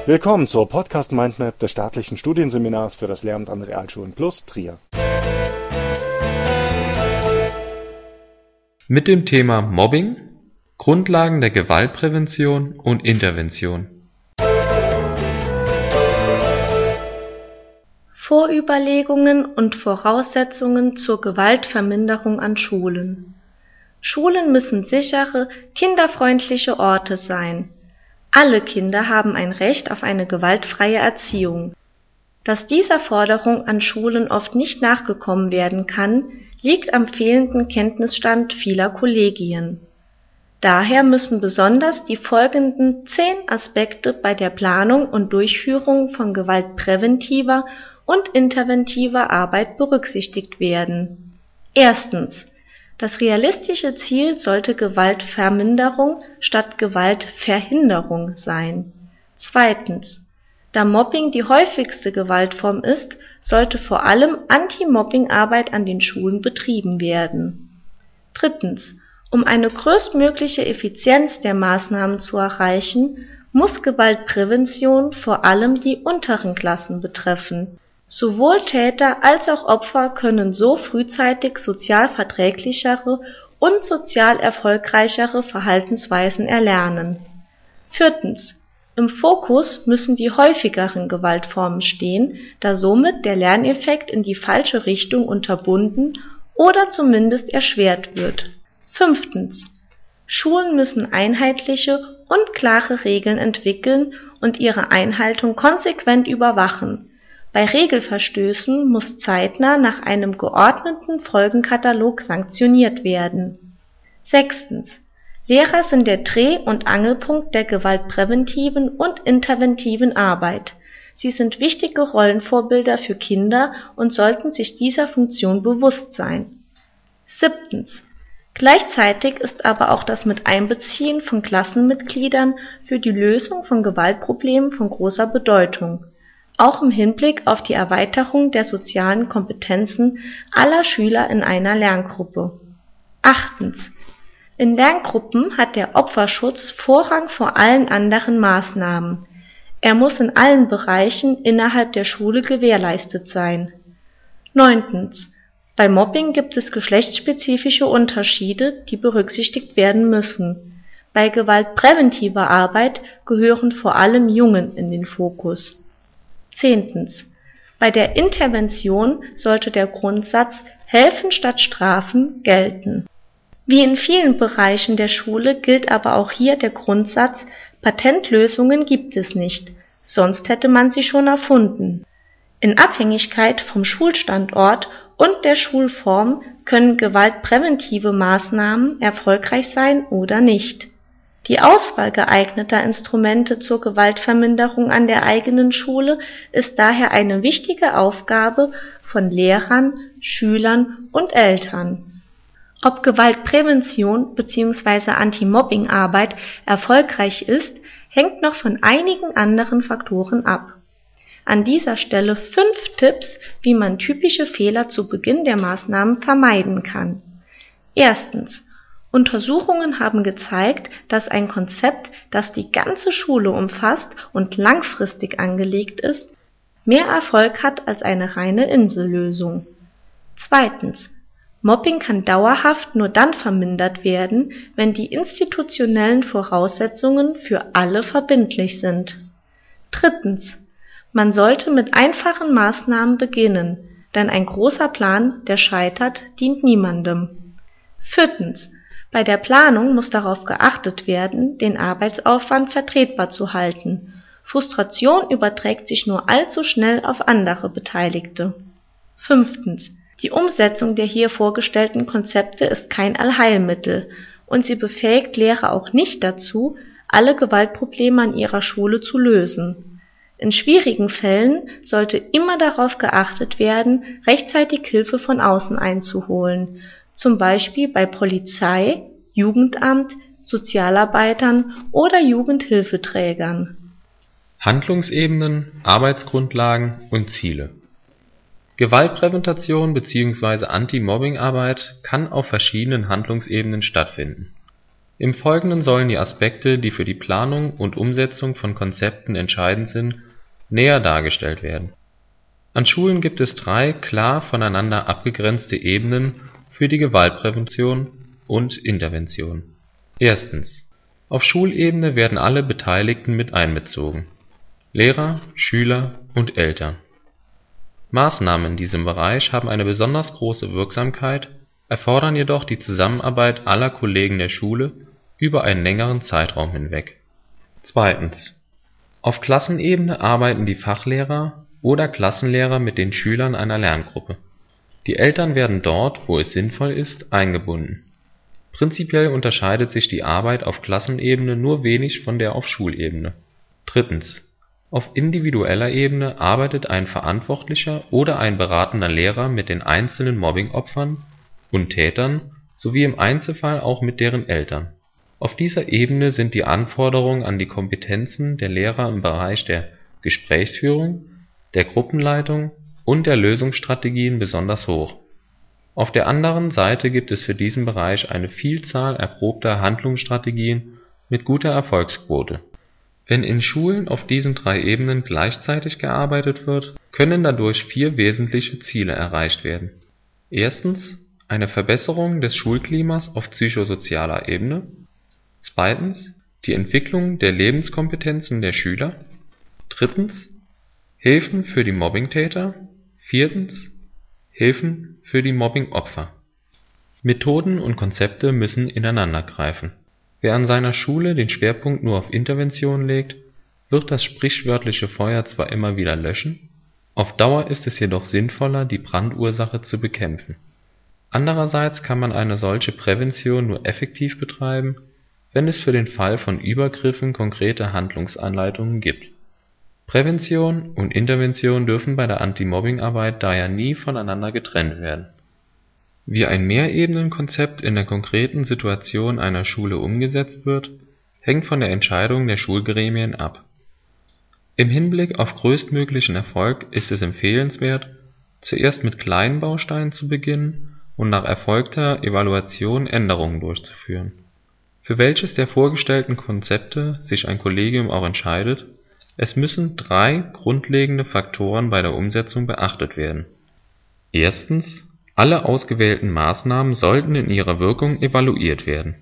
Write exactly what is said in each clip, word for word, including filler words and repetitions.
Willkommen zur Podcast Mindmap des staatlichen Studienseminars für das Lehramt an Realschulen Plus Trier. Mit dem Thema Mobbing, Grundlagen der Gewaltprävention und Intervention. Vorüberlegungen und Voraussetzungen zur Gewaltverminderung an Schulen. Schulen müssen sichere, kinderfreundliche Orte sein. Alle Kinder haben ein Recht auf eine gewaltfreie Erziehung. Dass dieser Forderung an Schulen oft nicht nachgekommen werden kann, liegt am fehlenden Kenntnisstand vieler Kollegien. Daher müssen besonders die folgenden zehn Aspekte bei der Planung und Durchführung von gewaltpräventiver und interventiver Arbeit berücksichtigt werden. Erstens. Das realistische Ziel sollte Gewaltverminderung statt Gewaltverhinderung sein. Zweitens. Da Mobbing die häufigste Gewaltform ist, sollte vor allem Anti-Mobbing-Arbeit an den Schulen betrieben werden. Drittens. Um eine größtmögliche Effizienz der Maßnahmen zu erreichen, muss Gewaltprävention vor allem die unteren Klassen betreffen. Sowohl Täter als auch Opfer können so frühzeitig sozial verträglichere und sozial erfolgreichere Verhaltensweisen erlernen. Viertens. Im Fokus müssen die häufigeren Gewaltformen stehen, da somit der Lerneffekt in die falsche Richtung unterbunden oder zumindest erschwert wird. Fünftens. Schulen müssen einheitliche und klare Regeln entwickeln und ihre Einhaltung konsequent überwachen. Bei Regelverstößen muss zeitnah nach einem geordneten Folgenkatalog sanktioniert werden. Sechstens. Lehrer sind der Dreh- und Angelpunkt der gewaltpräventiven und interventiven Arbeit. Sie sind wichtige Rollenvorbilder für Kinder und sollten sich dieser Funktion bewusst sein. Siebtens. Gleichzeitig ist aber auch das Miteinbeziehen von Klassenmitgliedern für die Lösung von Gewaltproblemen von großer Bedeutung, auch im Hinblick auf die Erweiterung der sozialen Kompetenzen aller Schüler in einer Lerngruppe. Achtens. In Lerngruppen hat der Opferschutz Vorrang vor allen anderen Maßnahmen. Er muss in allen Bereichen innerhalb der Schule gewährleistet sein. Neuntens. Bei Mobbing gibt es geschlechtsspezifische Unterschiede, die berücksichtigt werden müssen. Bei gewaltpräventiver Arbeit gehören vor allem Jungen in den Fokus. Zehntens. Bei der Intervention sollte der Grundsatz Helfen statt Strafen gelten. Wie in vielen Bereichen der Schule gilt aber auch hier der Grundsatz, Patentlösungen gibt es nicht, sonst hätte man sie schon erfunden. In Abhängigkeit vom Schulstandort und der Schulform können gewaltpräventive Maßnahmen erfolgreich sein oder nicht. Die Auswahl geeigneter Instrumente zur Gewaltverminderung an der eigenen Schule ist daher eine wichtige Aufgabe von Lehrern, Schülern und Eltern. Ob Gewaltprävention bzw. Anti-Mobbing-Arbeit erfolgreich ist, hängt noch von einigen anderen Faktoren ab. An dieser Stelle fünf Tipps, wie man typische Fehler zu Beginn der Maßnahmen vermeiden kann. Erstens. Untersuchungen haben gezeigt, dass ein Konzept, das die ganze Schule umfasst und langfristig angelegt ist, mehr Erfolg hat als eine reine Insellösung. Zweitens. Mobbing kann dauerhaft nur dann vermindert werden, wenn die institutionellen Voraussetzungen für alle verbindlich sind. Drittens. Man sollte mit einfachen Maßnahmen beginnen, denn ein großer Plan, der scheitert, dient niemandem. Viertens. Bei der Planung muss darauf geachtet werden, den Arbeitsaufwand vertretbar zu halten. Frustration überträgt sich nur allzu schnell auf andere Beteiligte. Fünftens. Die Umsetzung der hier vorgestellten Konzepte ist kein Allheilmittel und sie befähigt Lehrer auch nicht dazu, alle Gewaltprobleme an ihrer Schule zu lösen. In schwierigen Fällen sollte immer darauf geachtet werden, rechtzeitig Hilfe von außen einzuholen, zum Beispiel bei Polizei, Jugendamt, Sozialarbeitern oder Jugendhilfeträgern. Handlungsebenen, Arbeitsgrundlagen und Ziele. Gewaltprävention bzw. Anti-Mobbing-Arbeit kann auf verschiedenen Handlungsebenen stattfinden. Im Folgenden sollen die Aspekte, die für die Planung und Umsetzung von Konzepten entscheidend sind, näher dargestellt werden. An Schulen gibt es drei klar voneinander abgegrenzte Ebenen für die Gewaltprävention und Intervention. Erstens. Auf Schulebene werden alle Beteiligten mit einbezogen: Lehrer, Schüler und Eltern. Maßnahmen in diesem Bereich haben eine besonders große Wirksamkeit, erfordern jedoch die Zusammenarbeit aller Kollegen der Schule über einen längeren Zeitraum hinweg. Zweitens. Auf Klassenebene arbeiten die Fachlehrer oder Klassenlehrer mit den Schülern einer Lerngruppe. Die Eltern werden dort, wo es sinnvoll ist, eingebunden. Prinzipiell unterscheidet sich die Arbeit auf Klassenebene nur wenig von der auf Schulebene. Drittens. Auf individueller Ebene arbeitet ein verantwortlicher oder ein beratender Lehrer mit den einzelnen Mobbingopfern und Tätern sowie im Einzelfall auch mit deren Eltern. Auf dieser Ebene sind die Anforderungen an die Kompetenzen der Lehrer im Bereich der Gesprächsführung, der Gruppenleitung und der Lösungsstrategien besonders hoch. Auf der anderen Seite gibt es für diesen Bereich eine Vielzahl erprobter Handlungsstrategien mit guter Erfolgsquote. Wenn in Schulen auf diesen drei Ebenen gleichzeitig gearbeitet wird, können dadurch vier wesentliche Ziele erreicht werden. Erstens. Eine Verbesserung des Schulklimas auf psychosozialer Ebene. Zweitens. Die Entwicklung der Lebenskompetenzen der Schüler. Drittens. Hilfen für die Mobbingtäter. Viertens. Hilfen für die Mobbingopfer. Methoden und Konzepte müssen ineinandergreifen. Wer an seiner Schule den Schwerpunkt nur auf Intervention legt, wird das sprichwörtliche Feuer zwar immer wieder löschen, auf Dauer ist es jedoch sinnvoller, die Brandursache zu bekämpfen. Andererseits kann man eine solche Prävention nur effektiv betreiben, wenn es für den Fall von Übergriffen konkrete Handlungsanleitungen gibt. Prävention und Intervention dürfen bei der Anti-Mobbing-Arbeit daher nie voneinander getrennt werden. Wie ein Mehrebenenkonzept in der konkreten Situation einer Schule umgesetzt wird, hängt von der Entscheidung der Schulgremien ab. Im Hinblick auf größtmöglichen Erfolg ist es empfehlenswert, zuerst mit kleinen Bausteinen zu beginnen und nach erfolgter Evaluation Änderungen durchzuführen. Für welches der vorgestellten Konzepte sich ein Kollegium auch entscheidet, es müssen drei grundlegende Faktoren bei der Umsetzung beachtet werden. Erstens. Alle ausgewählten Maßnahmen sollten in ihrer Wirkung evaluiert werden.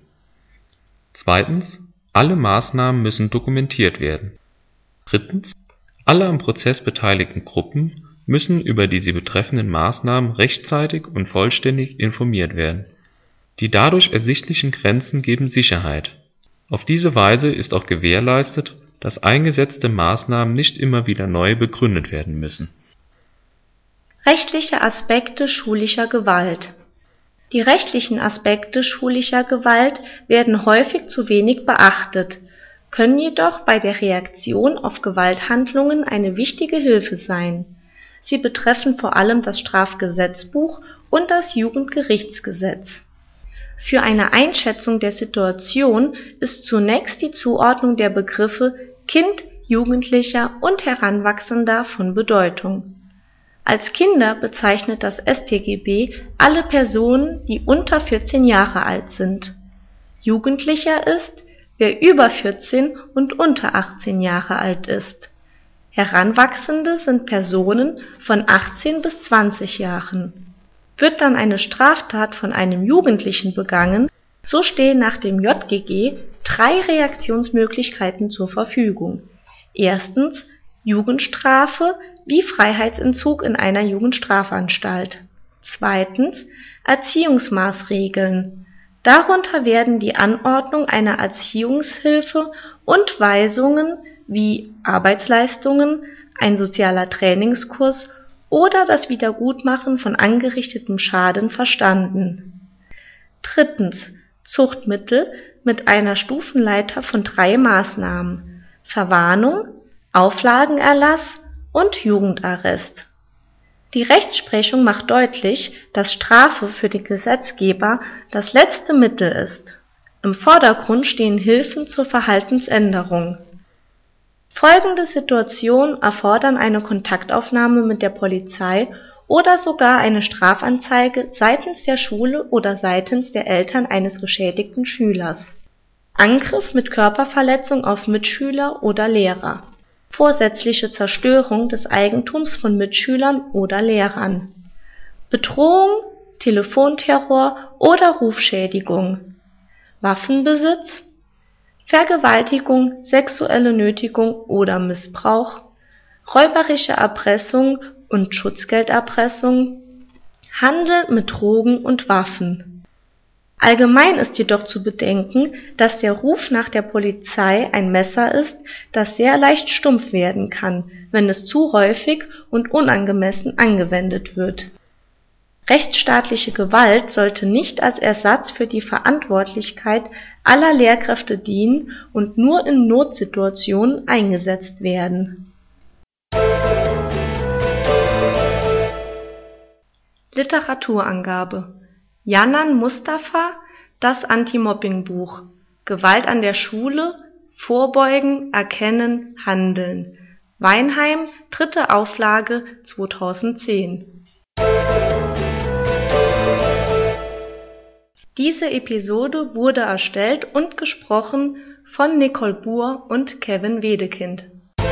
Zweitens. Alle Maßnahmen müssen dokumentiert werden. Drittens. Alle am Prozess beteiligten Gruppen müssen über die sie betreffenden Maßnahmen rechtzeitig und vollständig informiert werden. Die dadurch ersichtlichen Grenzen geben Sicherheit. Auf diese Weise ist auch gewährleistet, dass eingesetzte Maßnahmen nicht immer wieder neu begründet werden müssen. Rechtliche Aspekte schulischer Gewalt. Die rechtlichen Aspekte schulischer Gewalt werden häufig zu wenig beachtet, können jedoch bei der Reaktion auf Gewalthandlungen eine wichtige Hilfe sein. Sie betreffen vor allem das Strafgesetzbuch und das Jugendgerichtsgesetz. Für eine Einschätzung der Situation ist zunächst die Zuordnung der Begriffe Kind, Jugendlicher und Heranwachsender von Bedeutung. Als Kinder bezeichnet das S t G B alle Personen, die unter vierzehn Jahre alt sind. Jugendlicher ist, wer über vierzehn und unter achtzehn Jahre alt ist. Heranwachsende sind Personen von achtzehn bis zwanzig Jahren. Wird dann eine Straftat von einem Jugendlichen begangen, so stehen nach dem J G G drei Reaktionsmöglichkeiten zur Verfügung. Erstens Jugendstrafe wie Freiheitsentzug in einer Jugendstrafanstalt. Zweitens Erziehungsmaßregeln. Darunter werden die Anordnung einer Erziehungshilfe und Weisungen wie Arbeitsleistungen, ein sozialer Trainingskurs oder das Wiedergutmachen von angerichtetem Schaden verstanden. Drittens Zuchtmittel mit einer Stufenleiter von drei Maßnahmen: Verwarnung, Auflagenerlass und Jugendarrest. Die Rechtsprechung macht deutlich, dass Strafe für den Gesetzgeber das letzte Mittel ist. Im Vordergrund stehen Hilfen zur Verhaltensänderung. Folgende Situationen erfordern eine Kontaktaufnahme mit der Polizei oder sogar eine Strafanzeige seitens der Schule oder seitens der Eltern eines geschädigten Schülers. Angriff mit Körperverletzung auf Mitschüler oder Lehrer, vorsätzliche Zerstörung des Eigentums von Mitschülern oder Lehrern, Bedrohung, Telefonterror oder Rufschädigung, Waffenbesitz, Vergewaltigung, sexuelle Nötigung oder Missbrauch, räuberische Erpressung und Schutzgelderpressung, Handel mit Drogen und Waffen. Allgemein ist jedoch zu bedenken, dass der Ruf nach der Polizei ein Messer ist, das sehr leicht stumpf werden kann, wenn es zu häufig und unangemessen angewendet wird. Rechtsstaatliche Gewalt sollte nicht als Ersatz für die Verantwortlichkeit aller Lehrkräfte dienen und nur in Notsituationen eingesetzt werden. Literaturangabe: Janan Mustafa, Das Anti-Mobbing-Buch. Gewalt an der Schule. Vorbeugen, Erkennen, Handeln. Weinheim, dritte Auflage, zweitausendzehn. Diese Episode wurde erstellt und gesprochen von Nicole Buhr und Kevin Wedekind.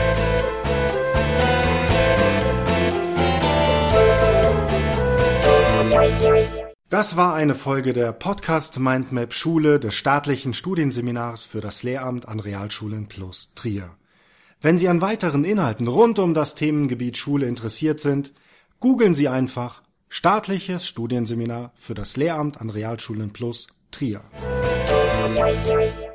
Das war eine Folge der Podcast Mindmap Schule des staatlichen Studienseminars für das Lehramt an Realschulen plus Trier. Wenn Sie an weiteren Inhalten rund um das Themengebiet Schule interessiert sind, googeln Sie einfach Staatliches Studienseminar für das Lehramt an Realschulen plus Trier.